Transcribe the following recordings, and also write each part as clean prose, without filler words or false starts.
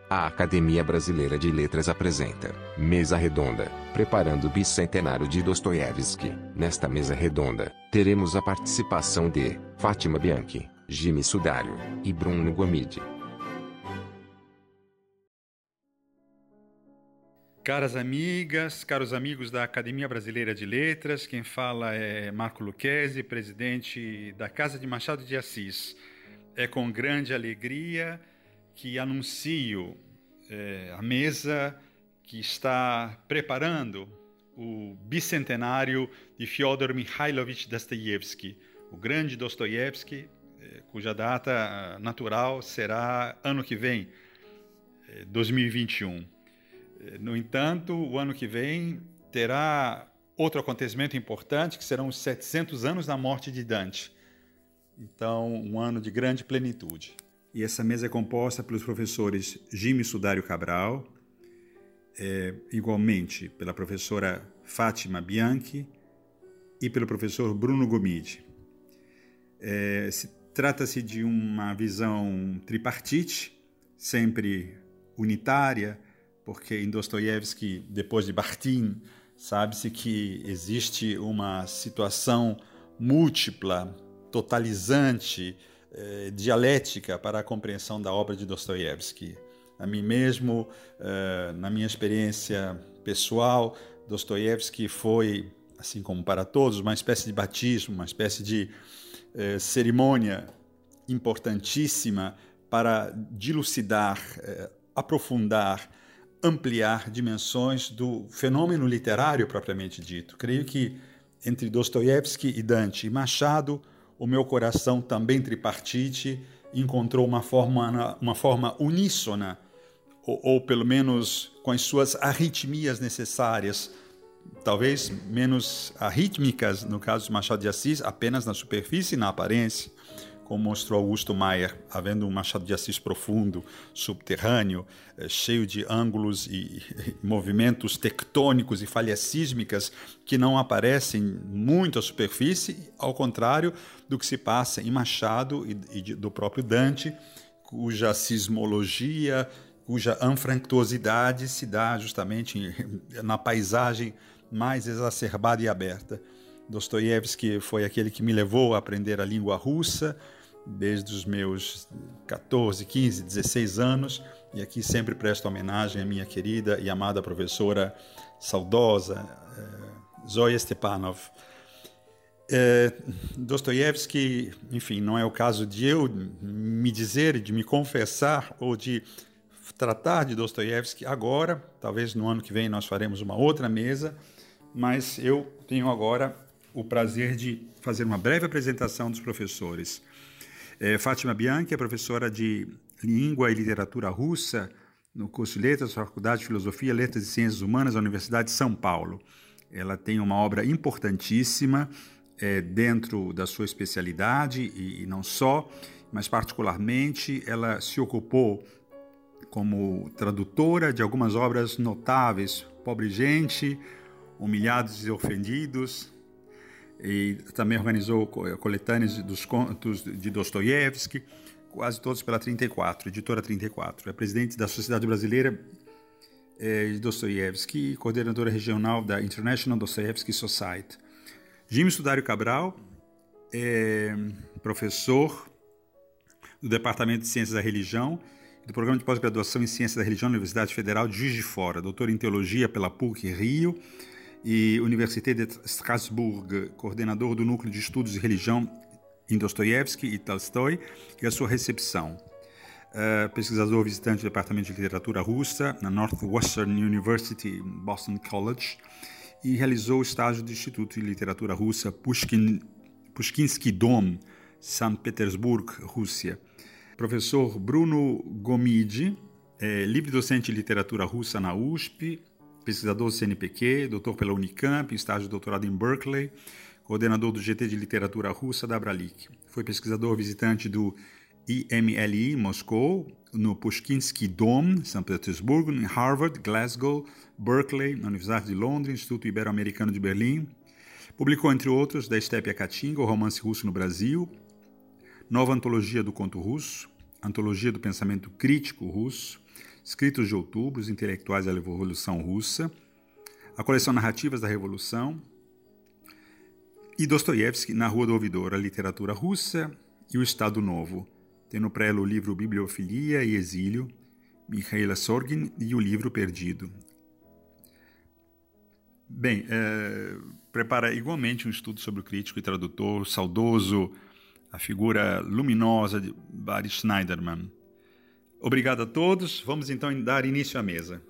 A Academia Brasileira de Letras apresenta Mesa Redonda, preparando o bicentenário de Dostoiévski. Nesta mesa redonda, teremos a participação de Fátima Bianchi, Jimmy Sudário e Bruno Gomide. Caras amigas, caros amigos da Academia Brasileira de Letras, quem fala é Marco Lucchesi, presidente da Casa de Machado de Assis. É com grande alegria que anuncio a mesa que está preparando o bicentenário de Fyodor Mikhailovich Dostoiévski, o grande Dostoiévski, cuja data natural será ano que vem, 2021. No entanto, o ano que vem terá outro acontecimento importante, que serão os 700 anos da morte de Dante. Então, um ano de grande plenitude. E essa mesa é composta pelos professores Jimmy Sudário Cabral, igualmente pela professora Fátima Bianchi e pelo professor Bruno Gomide. Trata-se de uma visão tripartite, sempre unitária, porque em Dostoiévski, depois de Bakhtin, sabe-se que existe uma situação múltipla, totalizante, dialética para a compreensão da obra de Dostoiévski. A mim mesmo, na minha experiência pessoal, Dostoiévski foi, assim como para todos, uma espécie de batismo, uma espécie de cerimônia importantíssima para dilucidar, aprofundar, ampliar dimensões do fenômeno literário propriamente dito. Creio que entre Dostoiévski e Dante e Machado, o meu coração, também tripartite, encontrou uma forma uníssona, ou pelo menos com as suas arritmias necessárias, talvez menos arrítmicas, no caso de Machado de Assis, apenas na superfície e na aparência, como mostrou Augusto Maier, havendo um Machado de Assis profundo, subterrâneo, cheio de ângulos e movimentos tectônicos e falhas sísmicas que não aparecem muito à superfície, ao contrário do que se passa em Machado e do próprio Dante, cuja sismologia, cuja anfractuosidade se dá justamente na paisagem mais exacerbada e aberta. Dostoiévski foi aquele que me levou a aprender a língua russa, desde os meus 14, 15, 16 anos, e aqui sempre presto homenagem à minha querida e amada professora saudosa, Zoya Stepanov. Dostoiévski, enfim, não é o caso de eu me dizer, de me confessar ou de tratar de Dostoiévski agora, talvez no ano que vem nós faremos uma outra mesa, mas eu tenho agora o prazer de fazer uma breve apresentação dos professores. Fátima Bianchi é professora de Língua e Literatura Russa no curso de Letras, Faculdade de Filosofia, Letras e Ciências Humanas da Universidade de São Paulo. Ela tem uma obra importantíssima dentro da sua especialidade e não só, mas particularmente ela se ocupou como tradutora de algumas obras notáveis, Pobre Gente, Humilhados e Ofendidos, e também organizou coletâneas dos contos de Dostoiévski, quase todos pela 34, editora 34. É presidente da Sociedade Brasileira de Dostoiévski e coordenadora regional da International Dostoiévski Society. Jimmy Sudário Cabral é professor do Departamento de Ciências da Religião e do Programa de Pós-Graduação em Ciências da Religião na Universidade Federal de Juiz de Fora, doutor em Teologia pela PUC Rio e Université de Strasbourg, coordenador do Núcleo de Estudos de Religião em Dostoiévski e Tolstói, e a sua recepção. Pesquisador visitante do Departamento de Literatura Russa na Northwestern University, Boston College, e realizou o estágio do Instituto de Literatura Russa Pushkinsky Dom, São Petersburgo, Rússia. Professor Bruno Gomide, livre docente de literatura russa na USP, pesquisador do CNPq, doutor pela Unicamp, estágio de doutorado em Berkeley, coordenador do GT de Literatura Russa da Abralik. Foi pesquisador visitante do IMLI, Moscou, no Pushkinsky Dom, São Petersburgo, em Harvard, Glasgow, Berkeley, na Universidade de Londres, Instituto Ibero-Americano de Berlim. Publicou, entre outros, Da Estepe à Caatinga, o romance russo no Brasil, Nova Antologia do Conto Russo, Antologia do Pensamento Crítico Russo, Escritos de Outubro, os intelectuais da Revolução Russa, a coleção Narrativas da Revolução, e Dostoiévski na Rua do Ouvidor, a literatura russa e o Estado Novo, tendo para ela o livro Bibliofilia e Exílio, Mikhail Sorgin e o livro Perdido. Bem, prepara igualmente um estudo sobre o crítico e tradutor saudoso, a figura luminosa de Boris Schneiderman. Obrigado a todos. Vamos então dar início à mesa.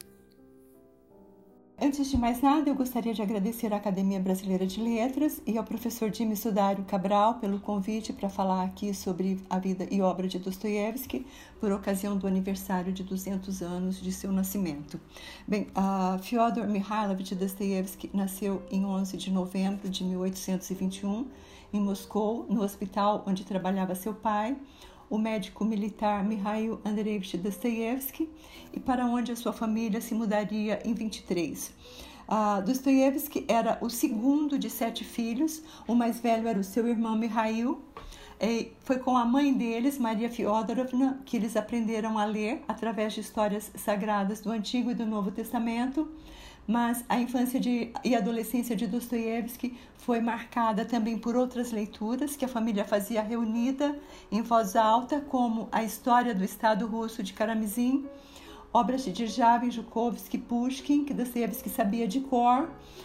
Antes de mais nada, eu gostaria de agradecer à Academia Brasileira de Letras e ao professor Jimmy Sudário Cabral pelo convite para falar aqui sobre a vida e obra de Dostoiévski por ocasião do aniversário de 200 anos de seu nascimento. Bem, Fyodor Mikhailovich Dostoiévski nasceu em 11 de novembro de 1821 em Moscou, no hospital onde trabalhava seu pai, o médico militar Mikhail Andreevich Dostoiévski, e para onde a sua família se mudaria em 23. Dostoiévski era o segundo de 7 filhos, o mais velho era o seu irmão Mikhail. Foi com a mãe deles, Maria Fyodorovna, que eles aprenderam a ler através de histórias sagradas do Antigo e do Novo Testamento. Mas a infância e adolescência de Dostoiévski foi marcada também por outras leituras que a família fazia reunida em voz alta, como a História do Estado Russo de Karamzin, obras de Djavin, Zhukovsky, Pushkin, que Dostoiévski sabia de cor.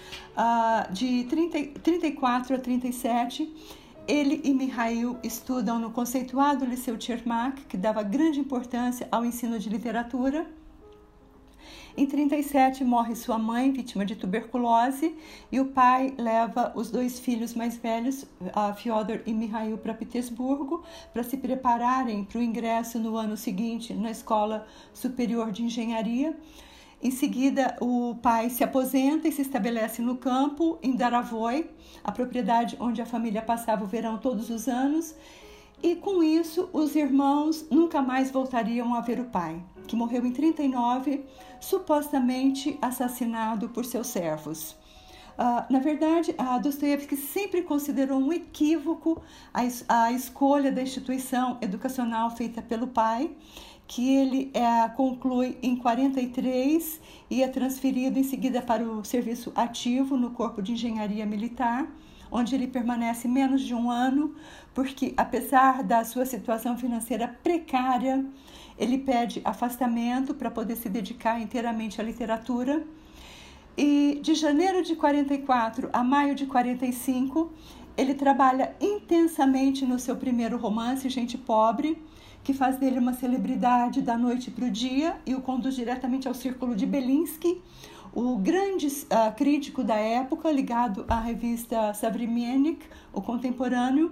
De 34 a 37, ele e Mikhail estudam no conceituado Liceu Tchermak, que dava grande importância ao ensino de literatura. Em 37, morre sua mãe, vítima de tuberculose, e o pai leva os 2 filhos mais velhos, Fyodor e Mikhail, para Petersburgo, para se prepararem para o ingresso no ano seguinte na Escola Superior de Engenharia. Em seguida, o pai se aposenta e se estabelece no campo, em Daravoy, a propriedade onde a família passava o verão todos os anos. E com isso, os irmãos nunca mais voltariam a ver o pai, que morreu em 39, supostamente assassinado por seus servos. Na verdade, Dostoiévski sempre considerou um equívoco a escolha da instituição educacional feita pelo pai, que ele conclui em 43 e é transferido em seguida para o serviço ativo no Corpo de Engenharia Militar, onde ele permanece menos de 1 ano, porque, apesar da sua situação financeira precária, ele pede afastamento para poder se dedicar inteiramente à literatura. E de janeiro de 44 a maio de 45, ele trabalha intensamente no seu primeiro romance, Gente Pobre, que faz dele uma celebridade da noite para o dia e o conduz diretamente ao círculo de Belinsky, o grande crítico da época, ligado à revista Savremennik, o contemporâneo.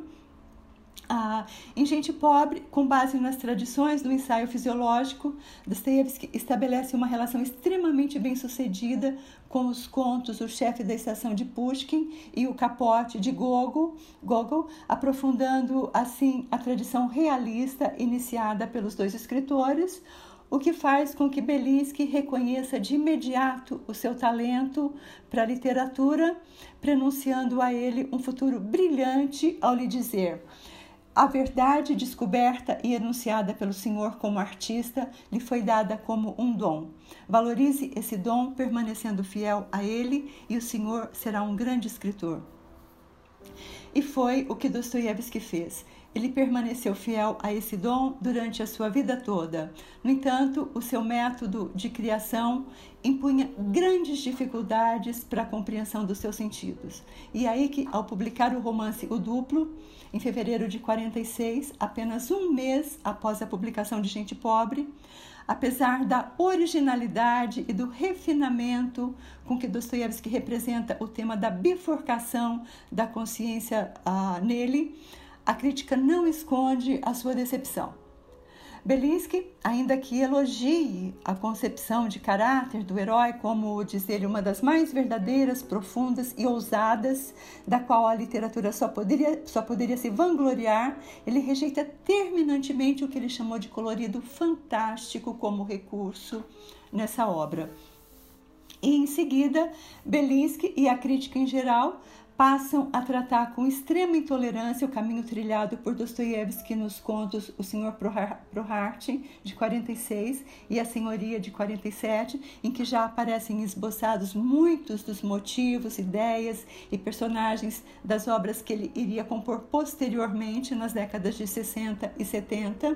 Em Gente Pobre, com base nas tradições do ensaio fisiológico, Dostoiévski estabelece uma relação extremamente bem-sucedida com os contos O Chefe da Estação de Pushkin e O Capote de Gogol, aprofundando assim a tradição realista iniciada pelos 2 escritores, o que faz com que Belinsky reconheça de imediato o seu talento para a literatura, prenunciando a ele um futuro brilhante ao lhe dizer: a verdade descoberta e enunciada pelo senhor como artista lhe foi dada como um dom. Valorize esse dom permanecendo fiel a ele e o senhor será um grande escritor. E foi o que Dostoiévski fez. Ele permaneceu fiel a esse dom durante a sua vida toda. No entanto, o seu método de criação impunha grandes dificuldades para a compreensão dos seus sentidos. E aí que, ao publicar o romance O Duplo, em fevereiro de 46, apenas 1 mês após a publicação de Gente Pobre, apesar da originalidade e do refinamento com que Dostoiévski representa o tema da bifurcação da consciência nele, a crítica não esconde a sua decepção. Belinsky, ainda que elogie a concepção de caráter do herói como, diz ele, uma das mais verdadeiras, profundas e ousadas, da qual a literatura só poderia se vangloriar, ele rejeita terminantemente o que ele chamou de colorido fantástico como recurso nessa obra. E, em seguida, Belinsky e a crítica em geral passam a tratar com extrema intolerância o caminho trilhado por Dostoiévski nos contos O Sr. Prohartin, de 46, e A Senhoria, de 47, em que já aparecem esboçados muitos dos motivos, ideias e personagens das obras que ele iria compor posteriormente, nas décadas de 60 e 70.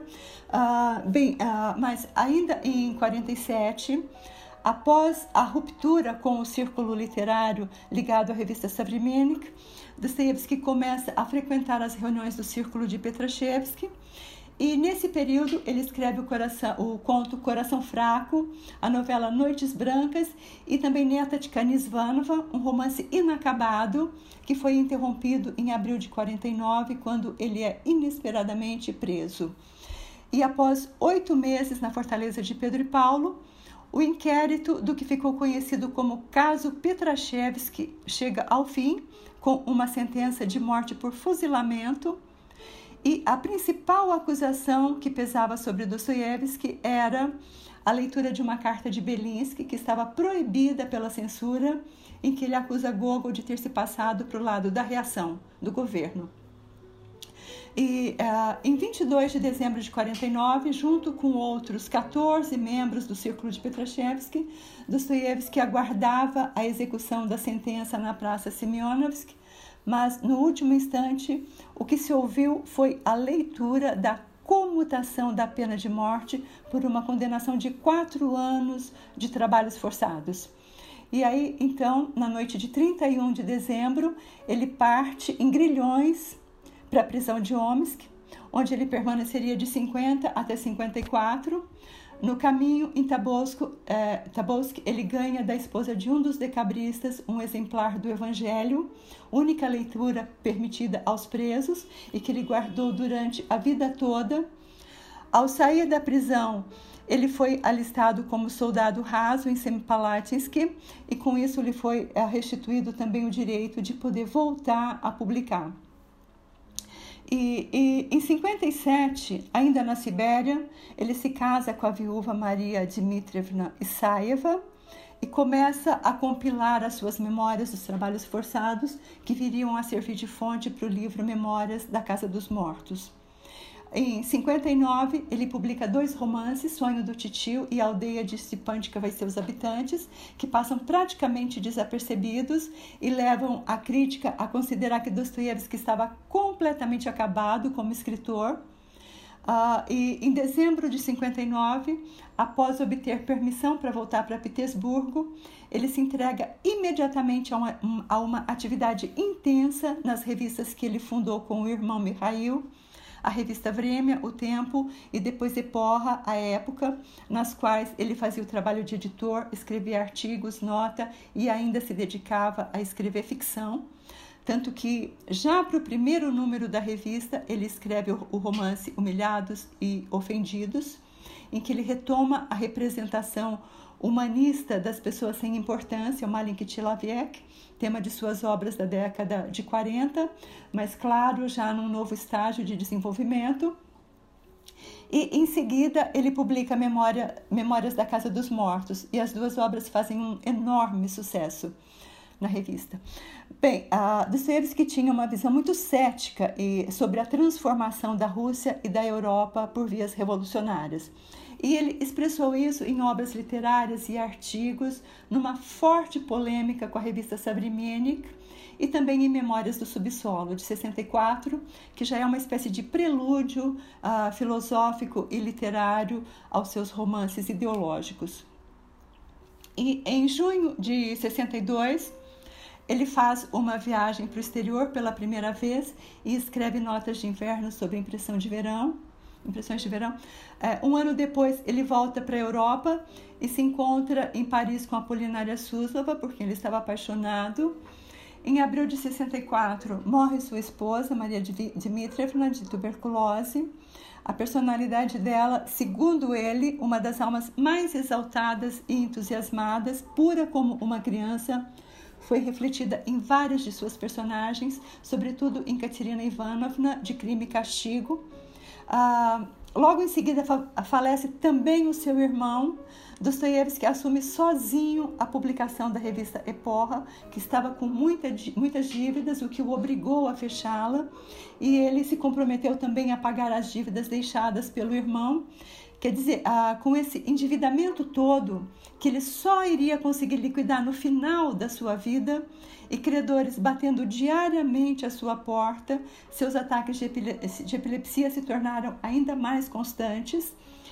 Mas ainda em 47... após a ruptura com o círculo literário ligado à revista Savremenik, Dostoiévski começa a frequentar as reuniões do círculo de Petrashevsky, e nesse período ele escreve o conto Coração Fraco, a novela Noites Brancas e também Neta Tkani Ivanova, um romance inacabado que foi interrompido em abril de 49, quando ele é inesperadamente preso. E após 8 meses na fortaleza de Pedro e Paulo, o inquérito do que ficou conhecido como caso Petrashevsky chega ao fim, com uma sentença de morte por fuzilamento, e a principal acusação que pesava sobre Dostoiévski era a leitura de uma carta de Belinsky, que estava proibida pela censura, em que ele acusa Gogol de ter se passado para o lado da reação do governo. E em 22 de dezembro de 49, junto com outros 14 membros do círculo de Petrashevsky, Dostoiévski aguardava a execução da sentença na Praça Semyonovsk, mas no último instante o que se ouviu foi a leitura da comutação da pena de morte por uma condenação de 4 anos de trabalhos forçados. E aí, então, na noite de 31 de dezembro, ele parte em grilhões para a prisão de Omsk, onde ele permaneceria de 50 até 54. No caminho, em Tobolsk, ele ganha da esposa de um dos decabristas um exemplar do Evangelho, única leitura permitida aos presos e que ele guardou durante a vida toda. Ao sair da prisão, ele foi alistado como soldado raso em Semipalatinsk, e com isso lhe foi restituído também o direito de poder voltar a publicar. E em 57, ainda na Sibéria, ele se casa com a viúva Maria Dmitrievna Isaeva e começa a compilar as suas memórias dos trabalhos forçados, que viriam a servir de fonte para o livro Memórias da Casa dos Mortos. Em 59, ele publica 2 romances, Sonho do Titio e Aldeia de Stepanchkova e seus habitantes, que passam praticamente desapercebidos e levam a crítica a considerar que Dostoiévski estava completamente acabado como escritor. E em dezembro de 59, após obter permissão para voltar para Petersburgo, ele se entrega imediatamente a uma atividade intensa nas revistas que ele fundou com o irmão Mikhail, a revista Vremya, O Tempo, e depois Eporra, A Época, nas quais ele fazia o trabalho de editor, escrevia artigos, nota e ainda se dedicava a escrever ficção. Tanto que, já para o primeiro número da revista, ele escreve o romance Humilhados e Ofendidos, em que ele retoma a representação humanista das pessoas sem importância, o Malenki Человек, tema de suas obras da década de 40, mas claro, já num novo estágio de desenvolvimento. E em seguida ele publica Memórias da Casa dos Mortos, e as 2 obras fazem um enorme sucesso na revista. Bem, Dostoiévski tinha uma visão muito cética sobre a transformação da Rússia e da Europa por vias revolucionárias. E ele expressou isso em obras literárias e artigos, numa forte polêmica com a revista Savremenik, e também em Memórias do Subsolo, de 64, que já é uma espécie de prelúdio filosófico e literário aos seus romances ideológicos. E em junho de 62, ele faz uma viagem para o exterior pela primeira vez e escreve Notas de Inverno sobre Impressões de Verão. Um ano depois, ele volta para a Europa e se encontra em Paris com Apolinária Suslova, porque ele estava apaixonado. Em abril de 64, morre sua esposa, Maria Dmitrievna, de tuberculose. A personalidade dela, segundo ele, uma das almas mais exaltadas e entusiasmadas, pura como uma criança, foi refletida em várias de suas personagens, sobretudo em Katerina Ivanovna, de Crime e Castigo. Logo em seguida falece também o seu irmão. Dostoiévski assume sozinho a publicação da revista Eporra, que estava com muitas dívidas, o que o obrigou a fechá-la, e ele se comprometeu também a pagar as dívidas deixadas pelo irmão. Quer dizer, com esse endividamento todo, que ele só iria conseguir liquidar no final da sua vida, e credores batendo diariamente à sua porta, seus ataques de epilepsia se tornaram ainda mais constantes.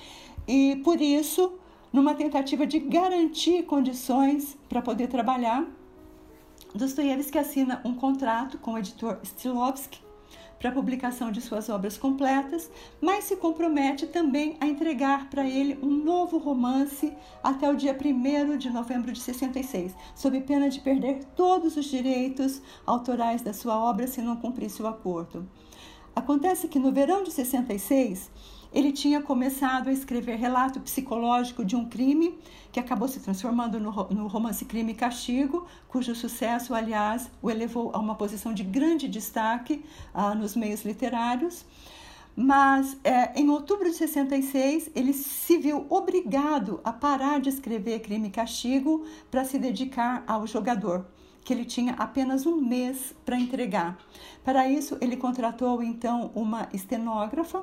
E por isso, numa tentativa de garantir condições para poder trabalhar, Dostoiévski assina um contrato com o editor Stilovsky para a publicação de suas obras completas, mas se compromete também a entregar para ele um novo romance até o dia 1º de novembro de 66, sob pena de perder todos os direitos autorais da sua obra se não cumprisse o acordo. Acontece que no verão de 66, ele tinha começado a escrever relato psicológico de um crime, que acabou se transformando no romance Crime e Castigo, cujo sucesso, aliás, o elevou a uma posição de grande destaque nos meios literários. Mas, em outubro de 66, ele se viu obrigado a parar de escrever Crime e Castigo para se dedicar ao Jogador, que ele tinha apenas um mês para entregar. Para isso, ele contratou, então, uma estenógrafa,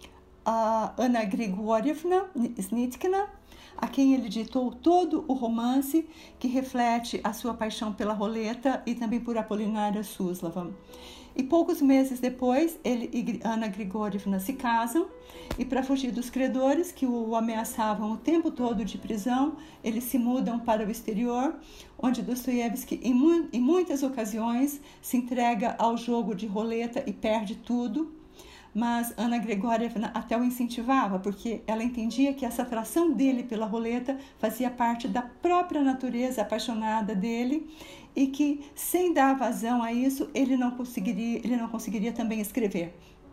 a Anna Grigorievna Snitkina, a quem ele ditou todo o romance, que reflete a sua paixão pela roleta e também por Apolinária Suslova. E poucos meses depois, ele e Anna Grigorievna se casam, e para fugir dos credores que o ameaçavam o tempo todo de prisão, eles se mudam para o exterior, onde Dostoiévski, em muitas ocasiões, se entrega ao jogo de roleta e perde tudo. Mas Anna Grigorievna até o incentivava, porque ela entendia que essa atração dele pela roleta fazia parte da própria natureza apaixonada dele, e que, sem dar vazão a isso, ele não conseguiria também escrever.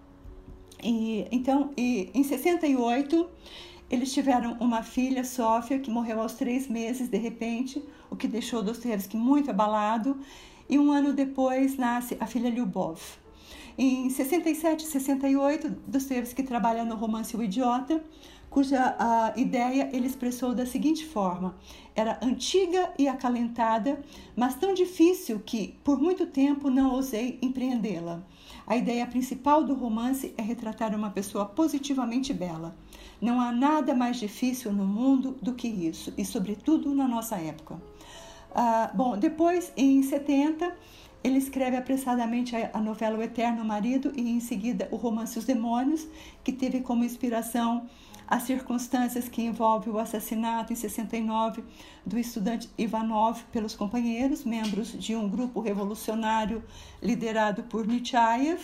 Então, em 68, eles tiveram uma filha, Sofia, que morreu aos 3 meses, de repente, o que deixou Dostoiévski muito abalado, e um ano depois nasce a filha Lyubov. Em 67 e 68, Dostoiévski trabalha no romance O Idiota, cuja ideia ele expressou da seguinte forma: era antiga e acalentada, mas tão difícil que, por muito tempo, não ousei empreendê-la. A ideia principal do romance é retratar uma pessoa positivamente bela. Não há nada mais difícil no mundo do que isso, e sobretudo na nossa época. Depois, em 70, ele escreve apressadamente a novela O Eterno Marido e, em seguida, o romance Os Demônios, que teve como inspiração as circunstâncias que envolvem o assassinato, em 69, do estudante Ivanov pelos companheiros, membros de um grupo revolucionário liderado por Nechayev.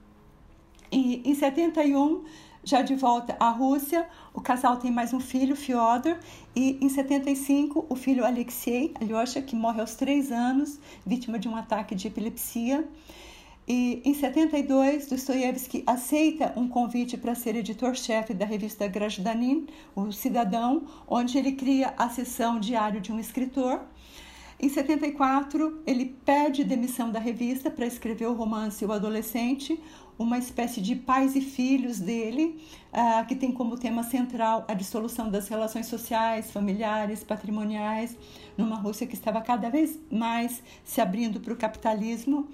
E, em 71, já de volta à Rússia, o casal tem mais um filho, Fyodor, e em 75 o filho Alexei, Alyosha, que morre aos 3 anos, vítima de um ataque de epilepsia. E em 72, Dostoiévski aceita um convite para ser editor-chefe da revista Grajdanin, o Cidadão, onde ele cria a seção Diário de um Escritor. Em 74, ele pede demissão da revista para escrever o romance O Adolescente, uma espécie de pais e filhos dele, que tem como tema central a dissolução das relações sociais, familiares, patrimoniais, numa Rússia que estava cada vez mais se abrindo para o capitalismo.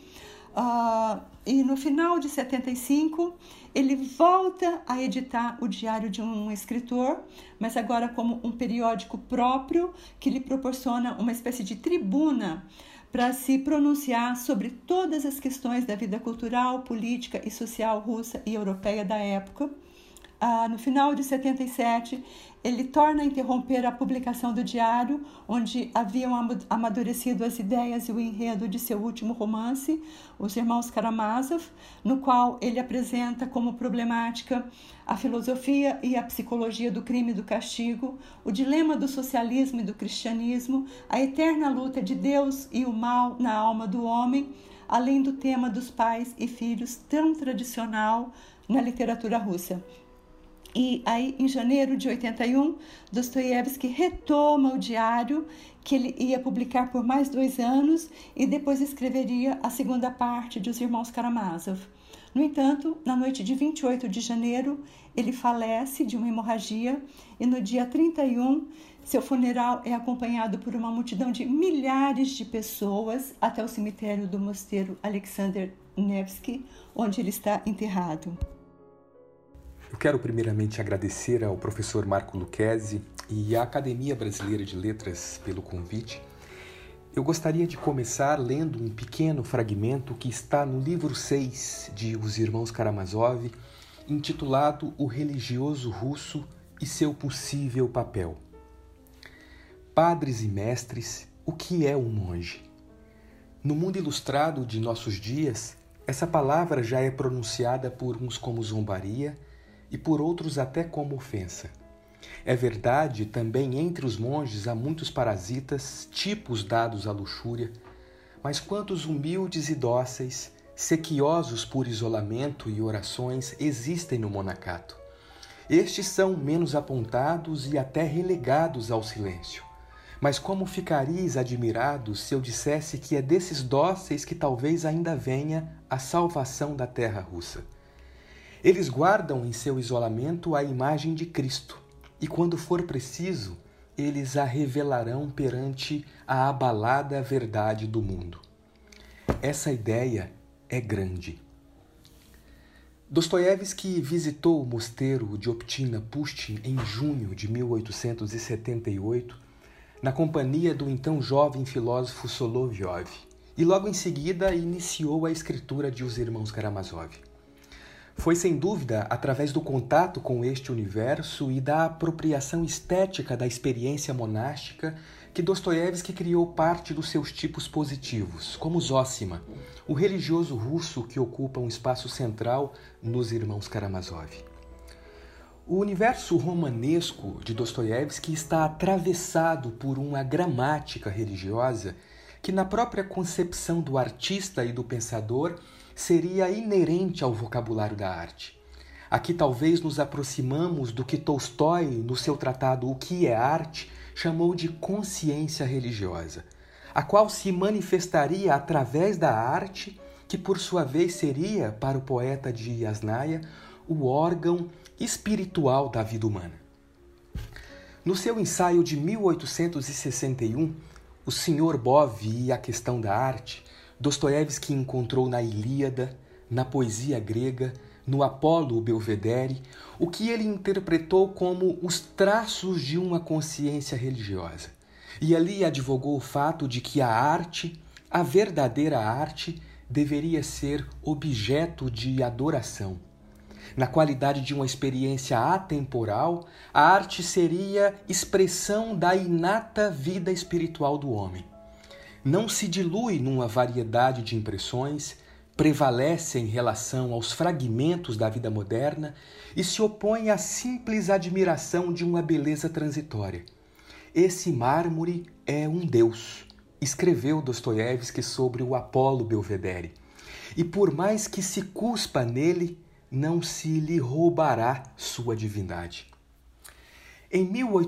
E no final de 75, ele volta a editar o Diário de um Escritor, mas agora como um periódico próprio que lhe proporciona uma espécie de tribuna para se pronunciar sobre todas as questões da vida cultural, política e social russa e europeia da época. No final de 77, ele torna a interromper a publicação do diário, onde haviam amadurecido as ideias e o enredo de seu último romance, Os Irmãos Karamazov, no qual ele apresenta como problemática a filosofia e a psicologia do crime e do castigo, o dilema do socialismo e do cristianismo, a eterna luta de Deus e o mal na alma do homem, além do tema dos pais e filhos tão tradicional na literatura russa. E aí, em janeiro de 81, Dostoiévski retoma o diário, que ele ia publicar por mais 2 anos, e depois escreveria a segunda parte de Os Irmãos Karamazov. No entanto, na noite de 28 de janeiro, ele falece de uma hemorragia e no dia 31, seu funeral é acompanhado por uma multidão de milhares de pessoas até o cemitério do mosteiro Alexander Nevsky, onde ele está enterrado. Eu quero primeiramente agradecer ao professor Marco Lucchesi e à Academia Brasileira de Letras pelo convite. Eu gostaria de começar lendo um pequeno fragmento que está no livro 6 de Os Irmãos Karamazov, intitulado O Religioso Russo e seu Possível Papel. Padres e mestres, o que é um monge? No mundo ilustrado de nossos dias, essa palavra já é pronunciada por uns como zombaria e por outros até como ofensa. É verdade, também entre os monges há muitos parasitas, tipos dados à luxúria, mas quantos humildes e dóceis, sequiosos por isolamento e orações, existem no monacato. Estes são menos apontados e até relegados ao silêncio. Mas como ficarias admirados se eu dissesse que é desses dóceis que talvez ainda venha a salvação da terra russa? Eles guardam em seu isolamento a imagem de Cristo, e quando for preciso, eles a revelarão perante a abalada verdade do mundo. Essa ideia é grande. Dostoiévski visitou o mosteiro de Optina Pushtin em junho de 1878, na companhia do então jovem filósofo Solovyov, e logo em seguida iniciou a escritura de Os Irmãos Karamazov. Foi sem dúvida através do contato com este universo e da apropriação estética da experiência monástica que Dostoiévski criou parte dos seus tipos positivos, como Zósima, o religioso russo que ocupa um espaço central nos Irmãos Karamazov. O universo romanesco de Dostoiévski está atravessado por uma gramática religiosa que, na própria concepção do artista e do pensador, seria inerente ao vocabulário da arte. Aqui talvez nos aproximamos do que Tolstói, no seu tratado O que é Arte, chamou de consciência religiosa, a qual se manifestaria através da arte, que por sua vez seria, para o poeta de Yasnaya, o órgão espiritual da vida humana. No seu ensaio de 1861, O Sr. Bov e a Questão da Arte, Dostoiévski encontrou na Ilíada, na poesia grega, no Apolo Belvedere, o que ele interpretou como os traços de uma consciência religiosa. E ali advogou o fato de que a arte, a verdadeira arte, deveria ser objeto de adoração. Na qualidade de uma experiência atemporal, a arte seria expressão da inata vida espiritual do homem. Não se dilui numa variedade de impressões, prevalece em relação aos fragmentos da vida moderna e se opõe à simples admiração de uma beleza transitória. Esse mármore é um Deus, escreveu Dostoiévski sobre o Apolo Belvedere, e por mais que se cuspa nele, não se lhe roubará sua divindade. Em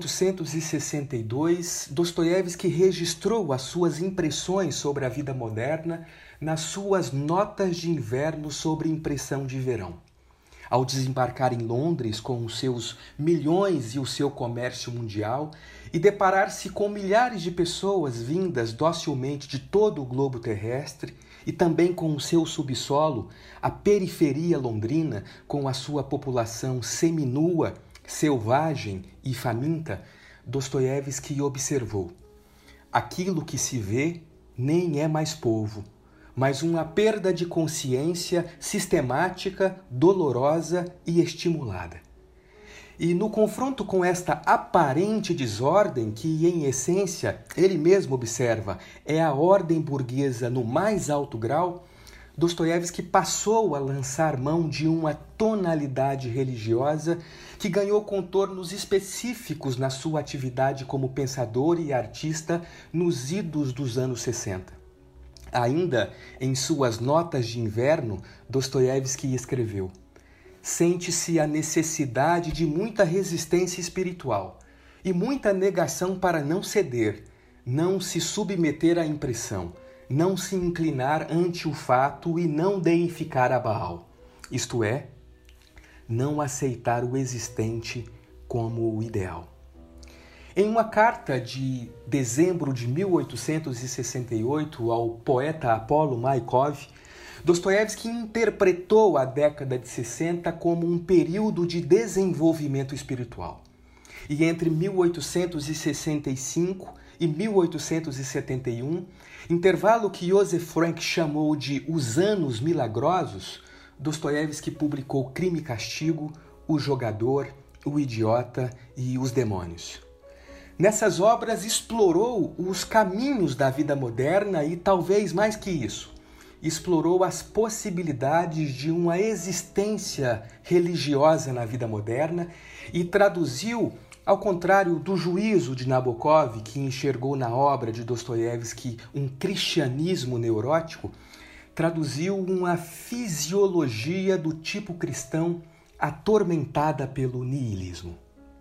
1862, Dostoiévski registrou as suas impressões sobre a vida moderna nas suas Notas de Inverno sobre Impressão de Verão. Ao desembarcar em Londres com os seus milhões e o seu comércio mundial e deparar-se com milhares de pessoas vindas docilmente de todo o globo terrestre e também com o seu subsolo, a periferia londrina, com a sua população seminua, selvagem e faminta, Dostoiévski observou: aquilo que se vê nem é mais povo, mas uma perda de consciência sistemática, dolorosa e estimulada. E no confronto com esta aparente desordem, que em essência ele mesmo observa é a ordem burguesa no mais alto grau, Dostoiévski passou a lançar mão de uma tonalidade religiosa que ganhou contornos específicos na sua atividade como pensador e artista nos idos dos anos 60. Ainda em suas Notas de Inverno, Dostoiévski escreveu: sente-se a necessidade de muita resistência espiritual e muita negação para não ceder, não se submeter à impressão, não se inclinar ante o fato e não deificar a Baal. Isto é, não aceitar o existente como o ideal. Em uma carta de dezembro de 1868 ao poeta Apolo Maikov, Dostoiévski interpretou a década de 60 como um período de desenvolvimento espiritual. E entre 1865 e 1871, intervalo que Joseph Frank chamou de Os Anos Milagrosos, Dostoiévski publicou Crime e Castigo, O Jogador, O Idiota e Os Demônios. Nessas obras explorou os caminhos da vida moderna e, talvez mais que isso, explorou as possibilidades de uma existência religiosa na vida moderna e traduziu, ao contrário do juízo de Nabokov, que enxergou na obra de Dostoiévski um cristianismo neurótico, traduziu uma fisiologia do tipo cristão atormentada pelo niilismo.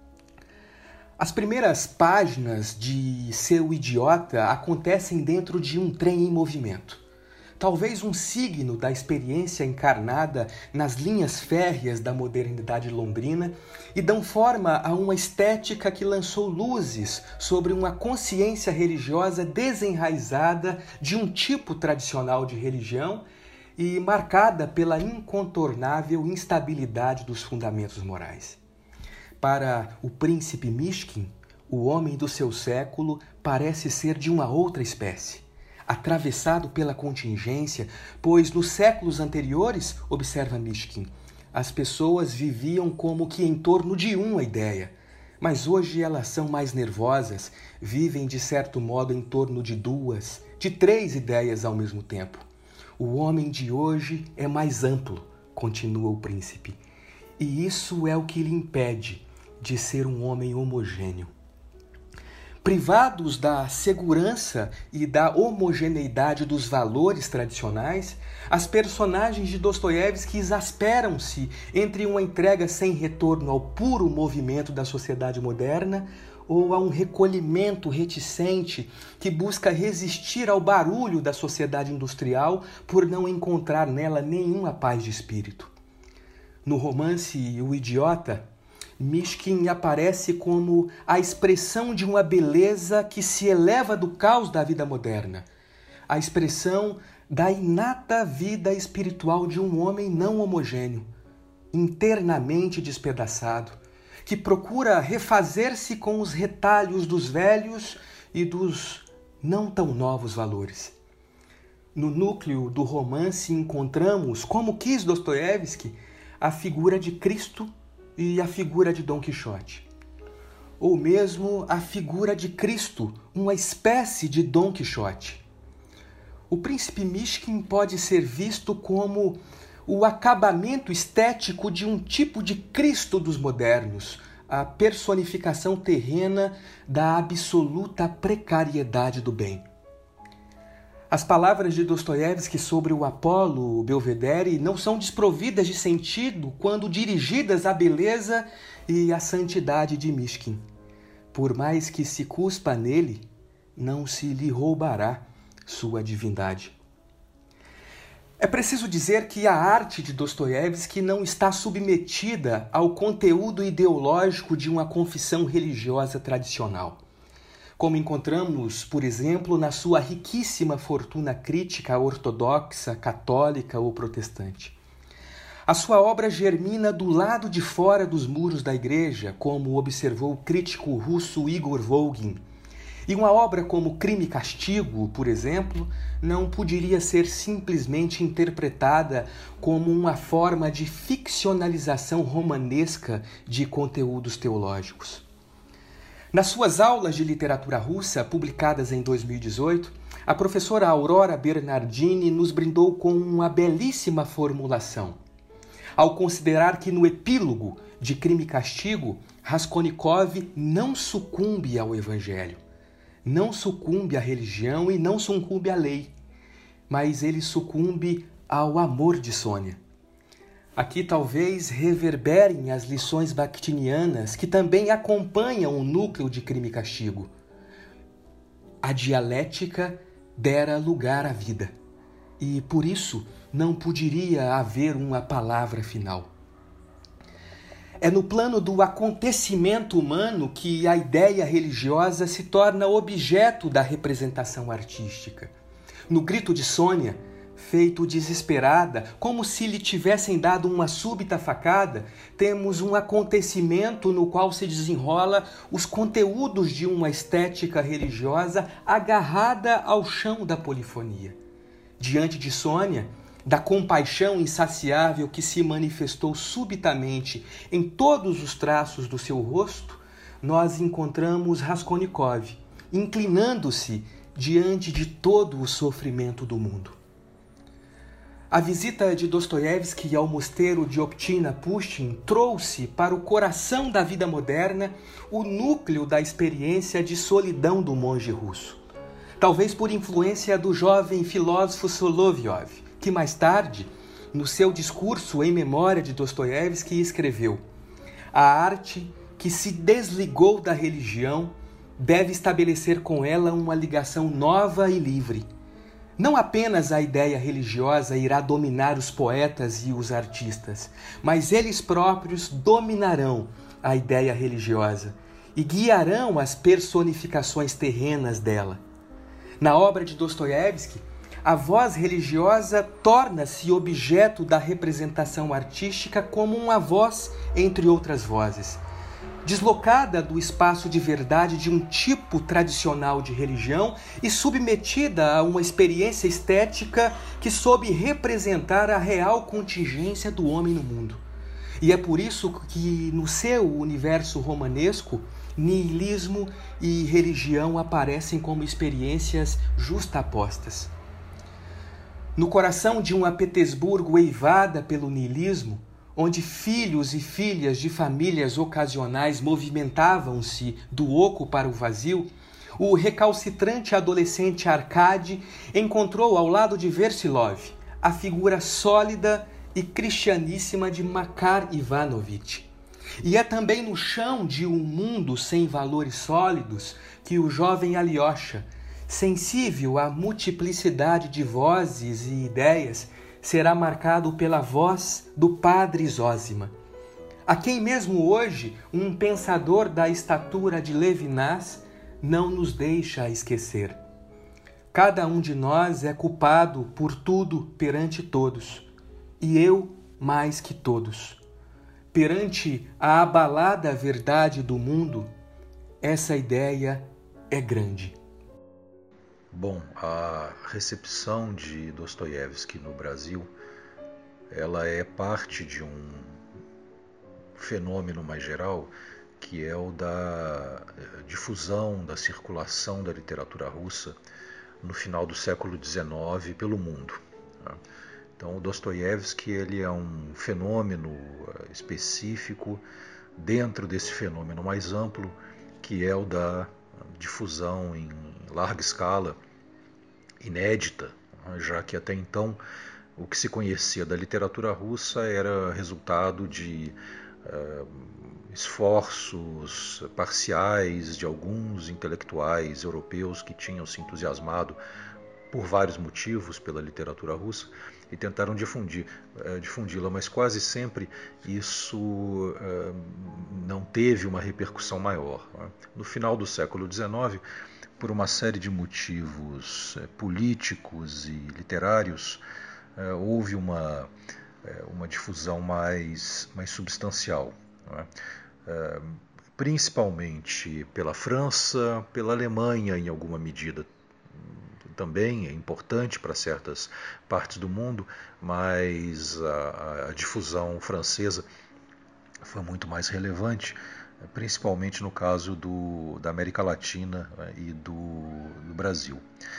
As primeiras páginas de Seu Idiota acontecem dentro de um trem em movimento. Talvez um signo da experiência encarnada nas linhas férreas da modernidade londrina e dão forma a uma estética que lançou luzes sobre uma consciência religiosa desenraizada de um tipo tradicional de religião e marcada pela incontornável instabilidade dos fundamentos morais. Para o príncipe Mishkin, o homem do seu século parece ser de uma outra espécie, atravessado pela contingência, pois nos séculos anteriores, observa Mishkin, as pessoas viviam como que em torno de uma ideia, mas hoje elas são mais nervosas, vivem de certo modo em torno de 2, de 3 ideias ao mesmo tempo. O homem de hoje é mais amplo, continua o príncipe, e isso é o que lhe impede de ser um homem homogêneo. Privados da segurança e da homogeneidade dos valores tradicionais, as personagens de Dostoiévski exasperam-se entre uma entrega sem retorno ao puro movimento da sociedade moderna ou a um recolhimento reticente que busca resistir ao barulho da sociedade industrial por não encontrar nela nenhuma paz de espírito. No romance O Idiota, Mishkin aparece como a expressão de uma beleza que se eleva do caos da vida moderna, a expressão da inata vida espiritual de um homem não homogêneo, internamente despedaçado, que procura refazer-se com os retalhos dos velhos e dos não tão novos valores. No núcleo do romance encontramos, como quis Dostoiévski, a figura de Cristo e a figura de Dom Quixote. Ou mesmo a figura de Cristo, uma espécie de Dom Quixote. O príncipe Mishkin pode ser visto como o acabamento estético de um tipo de Cristo dos modernos, a personificação terrena da absoluta precariedade do bem. As palavras de Dostoiévski sobre o Apolo Belvedere não são desprovidas de sentido quando dirigidas à beleza e à santidade de Mishkin. Por mais que se cuspa nele, não se lhe roubará sua divindade. É preciso dizer que a arte de Dostoiévski não está submetida ao conteúdo ideológico de uma confissão religiosa tradicional, como encontramos, por exemplo, na sua riquíssima fortuna crítica ortodoxa, católica ou protestante. A sua obra germina do lado de fora dos muros da igreja, como observou o crítico russo Igor Volgin. E uma obra como Crime e Castigo, por exemplo, não poderia ser simplesmente interpretada como uma forma de ficcionalização romanesca de conteúdos teológicos. Nas suas aulas de literatura russa, publicadas em 2018, a professora Aurora Bernardini nos brindou com uma belíssima formulação. Ao considerar que no epílogo de Crime e Castigo, Raskolnikov não sucumbe ao evangelho, não sucumbe à religião e não sucumbe à lei, mas ele sucumbe ao amor de Sônia. Aqui talvez reverberem as lições bakhtinianas que também acompanham o núcleo de Crime e Castigo. A dialética dera lugar à vida, e por isso não poderia haver uma palavra final. É no plano do acontecimento humano que a ideia religiosa se torna objeto da representação artística. No grito de Sônia, feito desesperada, como se lhe tivessem dado uma súbita facada, temos um acontecimento no qual se desenrola os conteúdos de uma estética religiosa agarrada ao chão da polifonia. Diante de Sônia, da compaixão insaciável que se manifestou subitamente em todos os traços do seu rosto, nós encontramos Raskolnikov, inclinando-se diante de todo o sofrimento do mundo. A visita de Dostoiévski ao mosteiro de Optina-Pushtin trouxe para o coração da vida moderna o núcleo da experiência de solidão do monge russo. Talvez por influência do jovem filósofo Solovyov, que mais tarde, no seu discurso em memória de Dostoiévski, escreveu: a arte que se desligou da religião deve estabelecer com ela uma ligação nova e livre. Não apenas a ideia religiosa irá dominar os poetas e os artistas, mas eles próprios dominarão a ideia religiosa e guiarão as personificações terrenas dela. Na obra de Dostoiévski, a voz religiosa torna-se objeto da representação artística como uma voz entre outras vozes. Deslocada do espaço de verdade de um tipo tradicional de religião e submetida a uma experiência estética que soube representar a real contingência do homem no mundo. E é por isso que no seu universo romanesco, niilismo e religião aparecem como experiências justapostas. No coração de uma Petersburgo eivada pelo niilismo, onde filhos e filhas de famílias ocasionais movimentavam-se do oco para o vazio, o recalcitrante adolescente Arkady encontrou ao lado de Versilov a figura sólida e cristianíssima de Makar Ivanovitch. E é também no chão de um mundo sem valores sólidos que o jovem Alyosha, sensível à multiplicidade de vozes e ideias, será marcado pela voz do padre Zósima, a quem mesmo hoje um pensador da estatura de Levinas não nos deixa esquecer. Cada um de nós é culpado por tudo perante todos, e eu mais que todos. Perante a abalada verdade do mundo, essa ideia é grande. Bom, a recepção de Dostoiévski no Brasil, ela é parte de um fenômeno mais geral, que é o da difusão, da circulação da literatura russa no final do século XIX pelo mundo. Então, o Dostoiévski ele é um fenômeno específico dentro desse fenômeno mais amplo, que é o da difusão em larga escala, inédita, já que até então o que se conhecia da literatura russa era resultado de esforços parciais de alguns intelectuais europeus que tinham se entusiasmado por vários motivos pela literatura russa e tentaram difundi-la, mas quase sempre isso não teve uma repercussão maior. No final do século XIX, por uma série de motivos políticos e literários, houve uma difusão mais substancial, principalmente pela França, pela Alemanha em alguma medida. Também é importante para certas partes do mundo, mas a difusão francesa foi muito mais relevante, principalmente no caso da América Latina e do Brasil.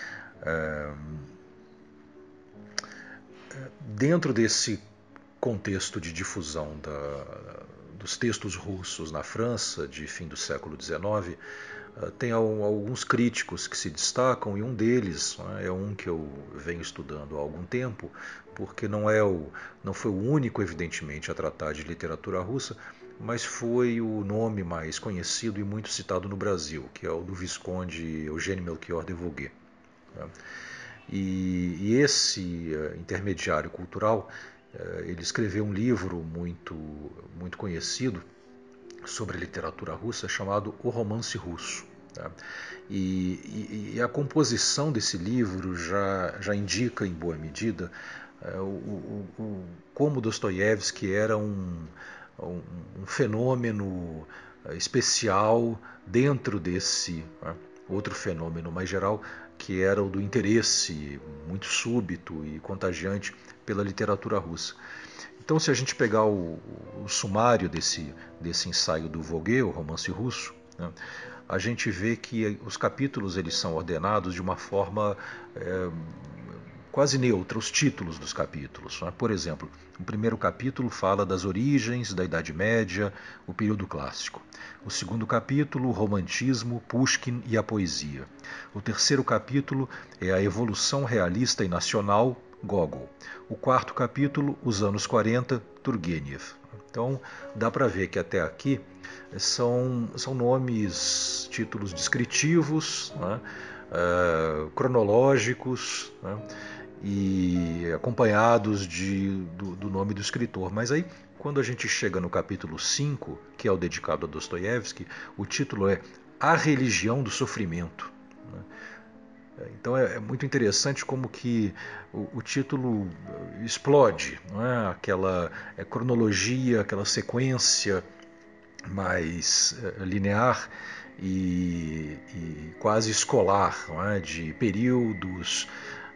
Dentro desse contexto de difusão dos textos russos na França de fim do século XIX, tem alguns críticos que se destacam, e um deles é um que eu venho estudando há algum tempo, porque não foi o único, evidentemente, a tratar de literatura russa, mas foi o nome mais conhecido e muito citado no Brasil, que é o do Visconde Eugênio Melchior de Voguet. E esse intermediário cultural, ele escreveu um livro muito conhecido, sobre a literatura russa chamado O Romance Russo. Tá? E a composição desse livro já indica, em boa medida, como Dostoiévski era um fenômeno especial dentro desse outro fenômeno mais geral, que era o do interesse muito súbito e contagiante pela literatura russa. Então, se a gente pegar o sumário desse ensaio do Voguet, o Romance Russo, né, a gente vê que os capítulos eles são ordenados de uma forma quase neutra, os títulos dos capítulos. Né? Por exemplo, o primeiro capítulo fala das origens da Idade Média, o período clássico. O segundo capítulo, o romantismo, Pushkin e a poesia. O terceiro capítulo é a evolução realista e nacional, Gogol. O quarto capítulo, os anos 40, Turgenev. Então, dá para ver que até aqui são nomes, títulos descritivos, né, cronológicos, né, e acompanhados do nome do escritor. Mas aí, quando a gente chega no capítulo 5, que é o dedicado a Dostoiévski, o título é A Religião do Sofrimento. Então é muito interessante como que o título explode, não é? Aquela cronologia, aquela sequência mais linear e quase escolar, não é? De períodos,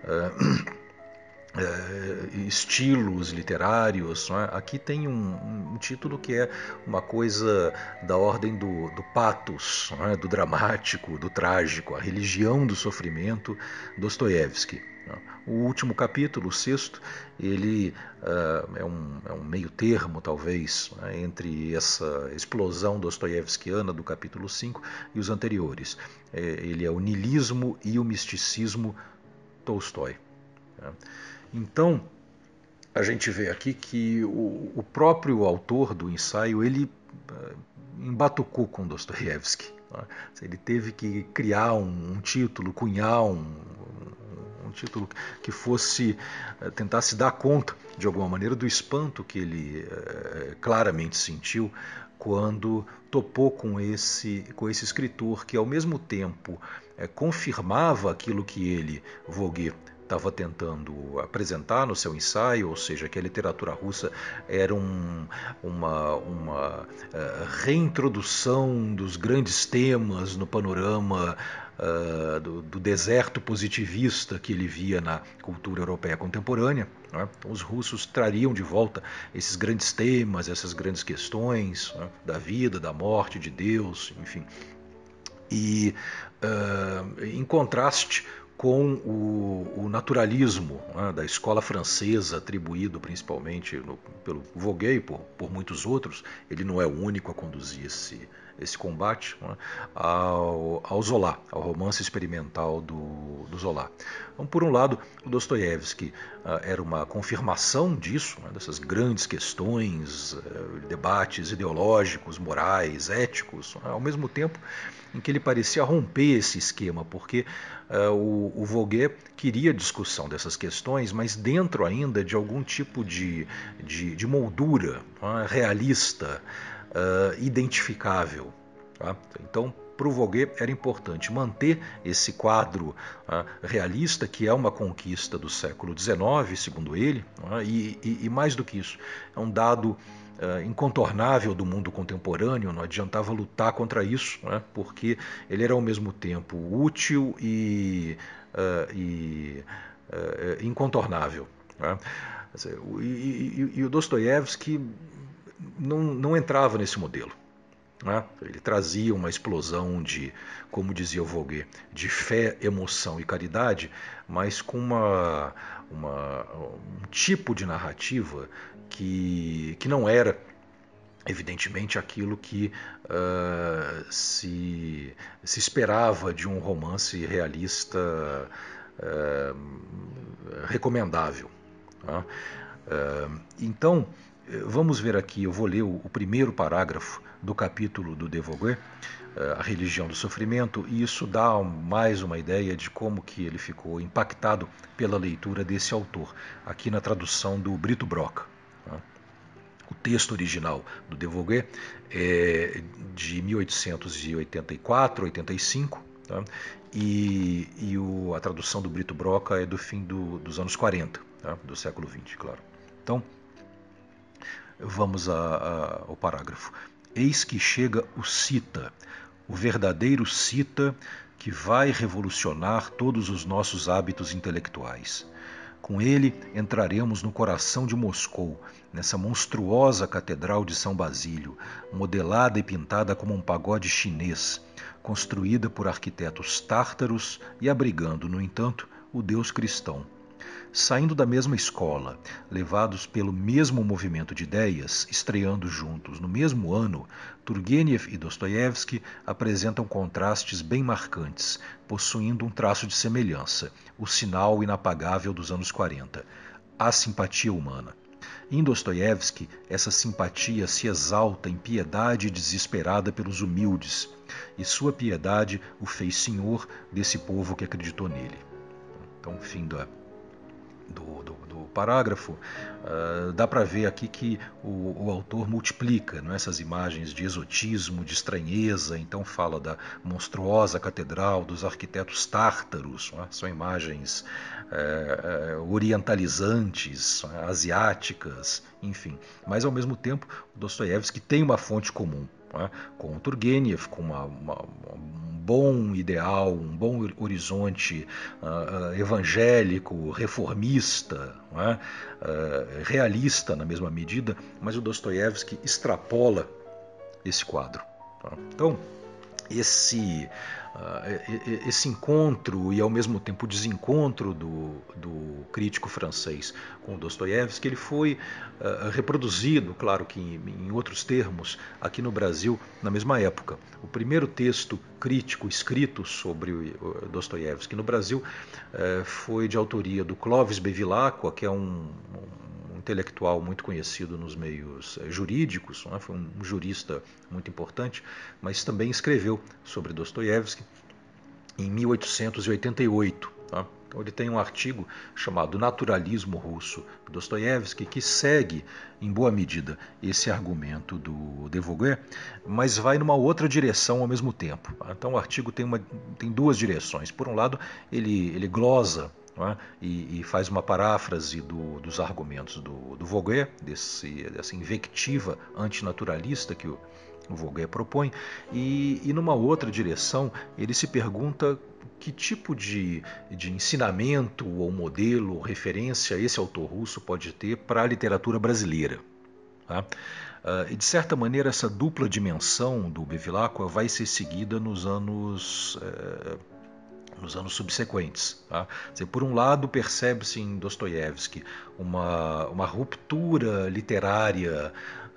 estilos literários. Não é? Aqui tem um título que é uma coisa da ordem do pathos, não é? Do dramático, do trágico, a religião do sofrimento, Dostoiévski. O último capítulo, o sexto, ele é um meio termo, talvez, né, entre essa explosão dostoiévskiana do capítulo 5 e os anteriores. Ele é o niilismo e o misticismo Tolstói. Né? Então, a gente vê aqui que o próprio autor do ensaio, ele embatucou com Dostoiévski. Né? Ele teve que criar um título, cunhar um título que fosse tentasse dar conta, de alguma maneira, do espanto que ele claramente sentiu quando topou com esse escritor que, ao mesmo tempo, confirmava aquilo que ele, Voguet, estava tentando apresentar no seu ensaio, ou seja, que a literatura russa era uma reintrodução dos grandes temas no panorama do deserto positivista que ele via na cultura europeia contemporânea. Né? Os russos trariam de volta esses grandes temas, essas grandes questões, né? Da vida, da morte, de Deus, enfim. E em contraste com o naturalismo, né, da escola francesa, atribuído principalmente pelo Voguet e por muitos outros, ele não é o único a conduzir esse combate, né, ao Zola, ao romance experimental do Zola. Então, por um lado, o Dostoiévski era uma confirmação disso, né, dessas grandes questões, debates ideológicos, morais, éticos, né, ao mesmo tempo em que ele parecia romper esse esquema, porque o Voguet queria discussão dessas questões, mas dentro ainda de algum tipo de moldura, né, realista, identificável. Tá? Então, para o Voguet era importante manter esse quadro realista, que é uma conquista do século XIX, segundo ele, e mais do que isso, é um dado incontornável do mundo contemporâneo, não adiantava lutar contra isso, né, porque ele era ao mesmo tempo útil e incontornável. Né? E o Dostoiévski não entrava nesse modelo. Né? Ele trazia uma explosão de, como dizia o Voguet, de fé, emoção e caridade, mas com um tipo de narrativa que não era, evidentemente, aquilo que se esperava de um romance realista recomendável. Tá? Então, vamos ver aqui, eu vou ler o primeiro parágrafo do capítulo do De Voguet, A Religião do Sofrimento, e isso dá mais uma ideia de como que ele ficou impactado pela leitura desse autor, aqui na tradução do Brito Broca. O texto original do Devoguet é de 1884, 85, tá? A tradução do Brito Broca é do fim dos anos 40, tá? Do século XX, claro. Então, vamos ao parágrafo. Eis que chega o Cita, o verdadeiro Cita que vai revolucionar todos os nossos hábitos intelectuais. Com ele entraremos no coração de Moscou, nessa monstruosa catedral de São Basílio, modelada e pintada como um pagode chinês, construída por arquitetos tártaros e abrigando, no entanto, o Deus cristão. Saindo da mesma escola, levados pelo mesmo movimento de ideias, estreando juntos no mesmo ano, Turgueniev e Dostoiévski apresentam contrastes bem marcantes, possuindo um traço de semelhança, o sinal inapagável dos anos 40, a simpatia humana. Em Dostoiévski, essa simpatia se exalta em piedade desesperada pelos humildes, e sua piedade o fez senhor desse povo que acreditou nele. Então, fim do parágrafo, dá para ver aqui que o autor multiplica, não é, essas imagens de exotismo, de estranheza. Então fala da monstruosa catedral, dos arquitetos tártaros, não é? São imagens orientalizantes, não é? Asiáticas, enfim. Mas ao mesmo tempo, Dostoiévski tem uma fonte comum, não é? Com o Turgueniev, com um bom ideal, um bom horizonte evangélico, reformista, não é? Realista na mesma medida, mas o Dostoiévski extrapola esse quadro. Tá? Então, esse encontro e ao mesmo tempo desencontro do crítico francês com o Dostoiévski, ele foi reproduzido, claro que em outros termos, aqui no Brasil na mesma época. O primeiro texto crítico escrito sobre o Dostoiévski no Brasil foi de autoria do Clovis Bevilacqua, que é um intelectual muito conhecido nos meios jurídicos, não é? Foi um jurista muito importante, mas também escreveu sobre Dostoiévski em 1888. Tá? Então ele tem um artigo chamado Naturalismo Russo de Dostoiévski, que segue, em boa medida, esse argumento do Devoguet, mas vai numa outra direção ao mesmo tempo. Tá? Então o artigo tem duas direções. Por um lado, ele glosa, não é? E faz uma paráfrase dos argumentos do Voguet, dessa invectiva antinaturalista que o Voguet propõe, e numa outra direção ele se pergunta que tipo de ensinamento ou modelo ou referência esse autor russo pode ter para a literatura brasileira. Tá? E de certa maneira essa dupla dimensão do Bevilacqua vai ser seguida nos anos subsequentes. Tá? Por um lado, percebe-se em Dostoiévski uma ruptura literária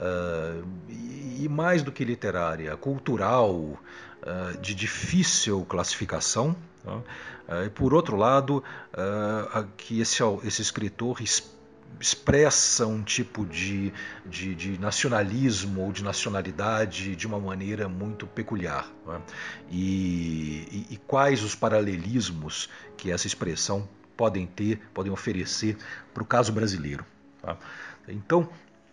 e mais do que literária, cultural, de difícil classificação. Tá? E por outro lado, que esse escritor expressa um tipo de nacionalismo ou de nacionalidade de uma maneira muito peculiar. Né? E quais os paralelismos que essa expressão podem oferecer para o caso brasileiro. Tá? Então,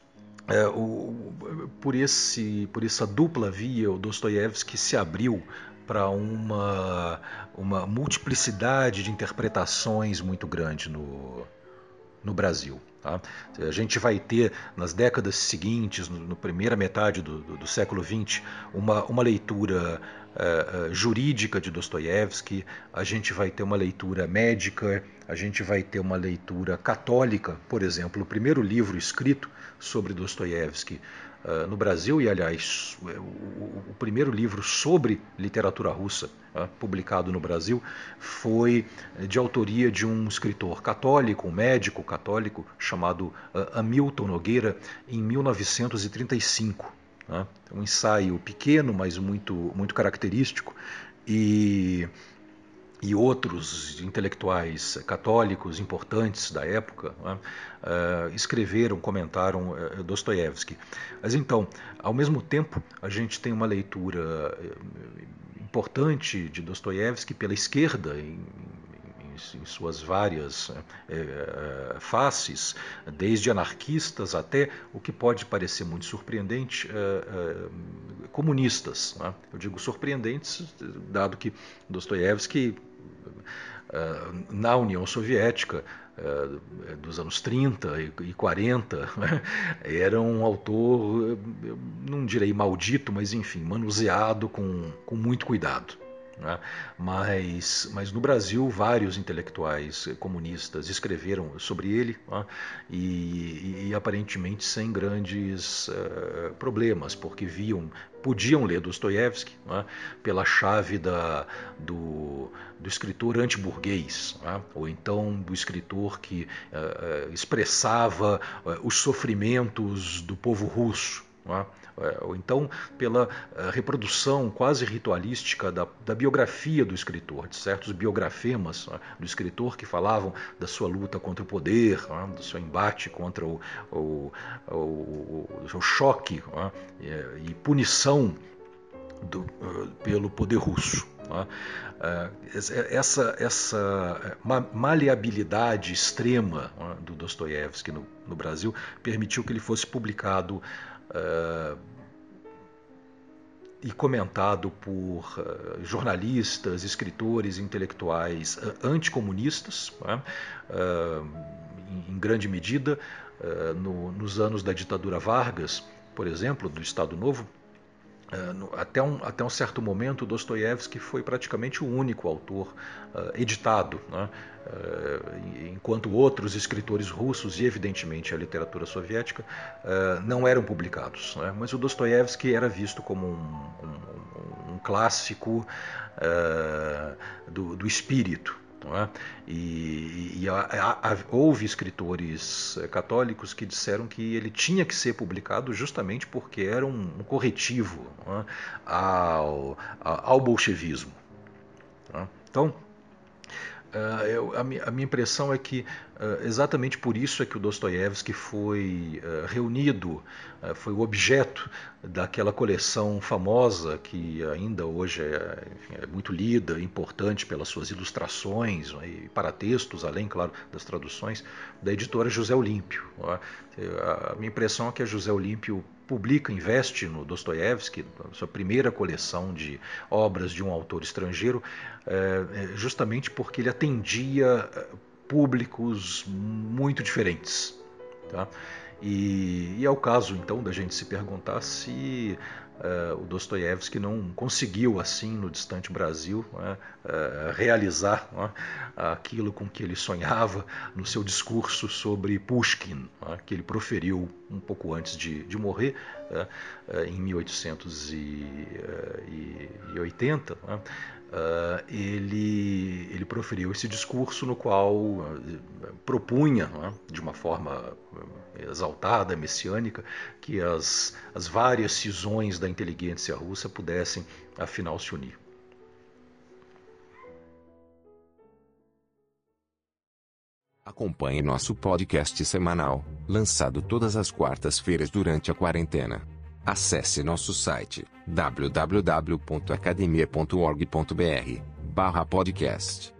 por essa dupla via, o Dostoiévski se abriu para uma multiplicidade de interpretações muito grande no Brasil. Tá? A gente vai ter nas décadas seguintes, na primeira metade do século XX, uma leitura jurídica de Dostoiévski, a gente vai ter uma leitura médica, a gente vai ter uma leitura católica. Por exemplo, o primeiro livro escrito sobre Dostoiévski no Brasil, e aliás o primeiro livro sobre literatura russa publicado no Brasil foi de autoria de um escritor católico, um médico católico chamado Hamilton Nogueira, em 1935. Um ensaio pequeno, mas muito característico, e outros intelectuais católicos importantes da época escreveram, comentaram Dostoiévski. Mas então, ao mesmo tempo, a gente tem uma leitura importante de Dostoiévski pela esquerda, em em suas várias faces, desde anarquistas até o que pode parecer muito surpreendente, comunistas, né? Eu digo surpreendentes, dado que Dostoiévski, na União Soviética, dos anos 30 e 40, né, era um autor, eu não direi maldito, mas enfim, manuseado com muito cuidado. Né? Mas no Brasil vários intelectuais comunistas escreveram sobre ele, né? e aparentemente sem grandes problemas, porque podiam ler Dostoiévski, né? Pela chave do escritor antiburguês, né? Ou então do escritor que expressava os sofrimentos do povo russo, né? Ou então pela reprodução quase ritualística da biografia do escritor, de certos biografemas, né, do escritor que falavam da sua luta contra o poder, né, do seu embate contra o choque, né, e punição pelo poder russo. Né. Essa maleabilidade extrema, né, do Dostoiévski no Brasil permitiu que ele fosse publicado e comentado por jornalistas, escritores, intelectuais anticomunistas, né, em grande medida. Nos anos da ditadura Vargas, por exemplo, do Estado Novo, até um certo momento, Dostoiévski foi praticamente o único autor editado, né? Enquanto outros escritores russos e, evidentemente, a literatura soviética não eram publicados, né? Mas o Dostoiévski era visto como um clássico do espírito. Não é? Houve escritores católicos que disseram que ele tinha que ser publicado justamente porque era um corretivo, não é? ao bolchevismo. Não é? Então, a minha impressão é que exatamente por isso é que o Dostoiévski foi reunido, foi o objeto daquela coleção famosa que ainda hoje é muito lida, importante pelas suas ilustrações, né, e paratextos, além, claro, das traduções, da editora José Olímpio. Né? A minha impressão é que a José Olímpio investe no Dostoiévski, sua primeira coleção de obras de um autor estrangeiro, justamente porque ele atendia públicos muito diferentes. Tá? E é o caso, então, da gente se perguntar se o Dostoiévski não conseguiu, assim, no distante Brasil, realizar aquilo com que ele sonhava no seu discurso sobre Pushkin, que ele proferiu um pouco antes de morrer, em 1880. Ele proferiu esse discurso no qual propunha, de uma forma exaltada, messiânica, que as várias cisões da inteligência russa pudessem, afinal, se unir. Acompanhe nosso podcast semanal, lançado todas as quartas-feiras durante a quarentena. Acesse nosso site www.academia.org.br/podcast.